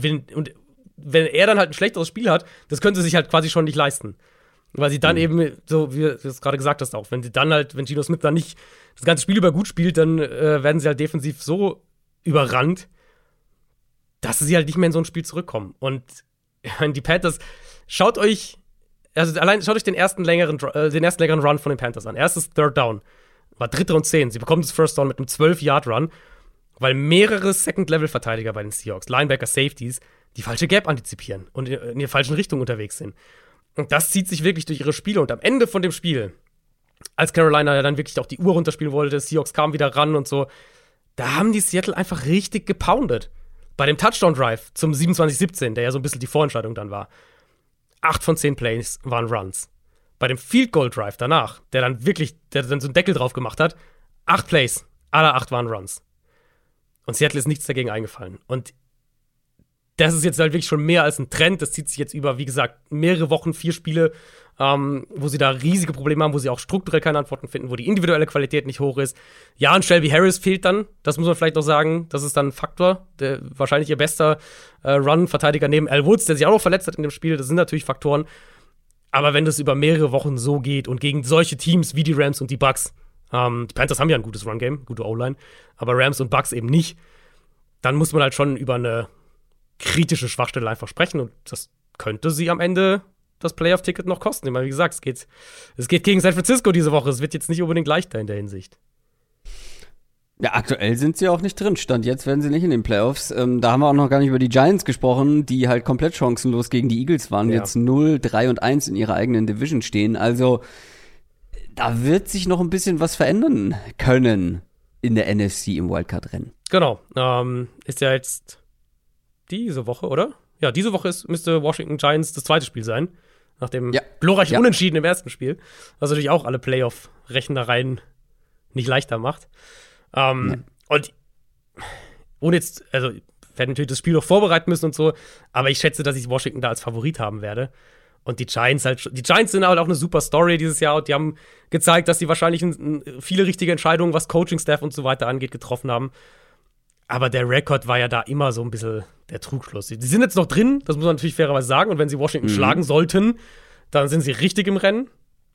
wenn er dann halt ein schlechteres Spiel hat, das können sie sich halt quasi schon nicht leisten. Weil sie dann eben, so wie du es gerade gesagt hast auch, wenn Geno Smith dann nicht das ganze Spiel über gut spielt, dann werden sie halt defensiv so überrannt, dass sie halt nicht mehr in so ein Spiel zurückkommen. Und die Panthers, schaut euch den ersten längeren Run von den Panthers an. Erstes Third Down war 3. und 10. Sie bekommen das First Down mit einem 12-Yard-Run, weil mehrere Second-Level-Verteidiger bei den Seahawks, Linebacker, Safeties, die falsche Gap antizipieren und in der falschen Richtung unterwegs sind. Und das zieht sich wirklich durch ihre Spiele. Und am Ende von dem Spiel, als Carolina ja dann wirklich auch die Uhr runterspielen wollte, Seahawks kamen wieder ran und so, da haben die Seattle einfach richtig gepoundet. Bei dem Touchdown-Drive zum 27-17, der ja so ein bisschen die Vorentscheidung dann war, 8 von 10 Plays waren Runs. Bei dem Field-Goal-Drive danach, der dann so einen Deckel drauf gemacht hat, 8 Plays, alle 8 waren Runs. Und Seattle ist nichts dagegen eingefallen. Und das ist jetzt halt wirklich schon mehr als ein Trend. Das zieht sich jetzt über, wie gesagt, mehrere Wochen, 4 Spiele, wo sie da riesige Probleme haben, wo sie auch strukturell keine Antworten finden, wo die individuelle Qualität nicht hoch ist. Ja, und Shelby Harris fehlt dann. Das muss man vielleicht noch sagen. Das ist dann ein Faktor. Wahrscheinlich ihr bester Run-Verteidiger neben Al Woods, der sich auch noch verletzt hat in dem Spiel. Das sind natürlich Faktoren. Aber wenn das über mehrere Wochen so geht und gegen solche Teams wie die Rams und die Bucks, Die Panthers haben ja ein gutes Run-Game, gute O-Line, aber Rams und Bucks eben nicht. Dann muss man halt schon über eine kritische Schwachstelle einfach sprechen und das könnte sie am Ende das Playoff-Ticket noch kosten. Ich meine, wie gesagt, es geht gegen San Francisco diese Woche. Es wird jetzt nicht unbedingt leichter in der Hinsicht. Ja, aktuell sind sie auch nicht drin. Stand jetzt werden sie nicht in den Playoffs. Da haben wir auch noch gar nicht über die Giants gesprochen, die halt komplett chancenlos gegen die Eagles waren. Ja. Jetzt 0-3-1 in ihrer eigenen Division stehen. Also da wird sich noch ein bisschen was verändern können in der NFC im Wildcard-Rennen. Genau. Ist ja jetzt diese Woche, oder? Ja, diese Woche müsste Washington Giants das zweite Spiel sein. Nach dem glorreichen Unentschieden im ersten Spiel. Was natürlich auch alle Playoff-Rechnereien nicht leichter macht. Und ohne jetzt, also werden natürlich das Spiel noch vorbereiten müssen und so, aber ich schätze, dass ich Washington da als Favorit haben werde. Und die Giants sind halt auch eine super Story dieses Jahr und die haben gezeigt, dass sie wahrscheinlich viele richtige Entscheidungen, was Coaching-Staff und so weiter angeht, getroffen haben. Aber der Rekord war ja da immer so ein bisschen der Trugschluss. Die sind jetzt noch drin, das muss man natürlich fairerweise sagen. Und wenn sie Washington schlagen sollten, dann sind sie richtig im Rennen.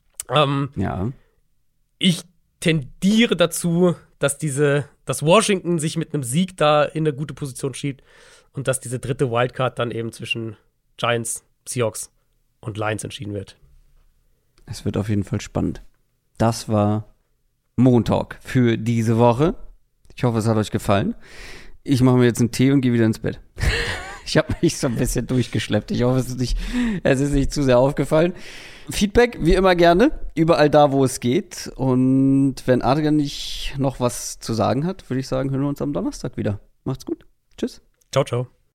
Ich tendiere dazu, dass Washington sich mit einem Sieg da in eine gute Position schiebt und dass diese dritte Wildcard dann eben zwischen Giants, Seahawks und Lions entschieden wird. Es wird auf jeden Fall spannend. Das war Montalk für diese Woche. Ich hoffe, es hat euch gefallen. Ich mache mir jetzt einen Tee und gehe wieder ins Bett. Ich habe mich so ein bisschen durchgeschleppt. Ich hoffe, es ist nicht zu sehr aufgefallen. Feedback, wie immer gerne, überall da, wo es geht. Und wenn Adrian nicht noch was zu sagen hat, würde ich sagen, hören wir uns am Donnerstag wieder. Macht's gut. Tschüss. Ciao, ciao.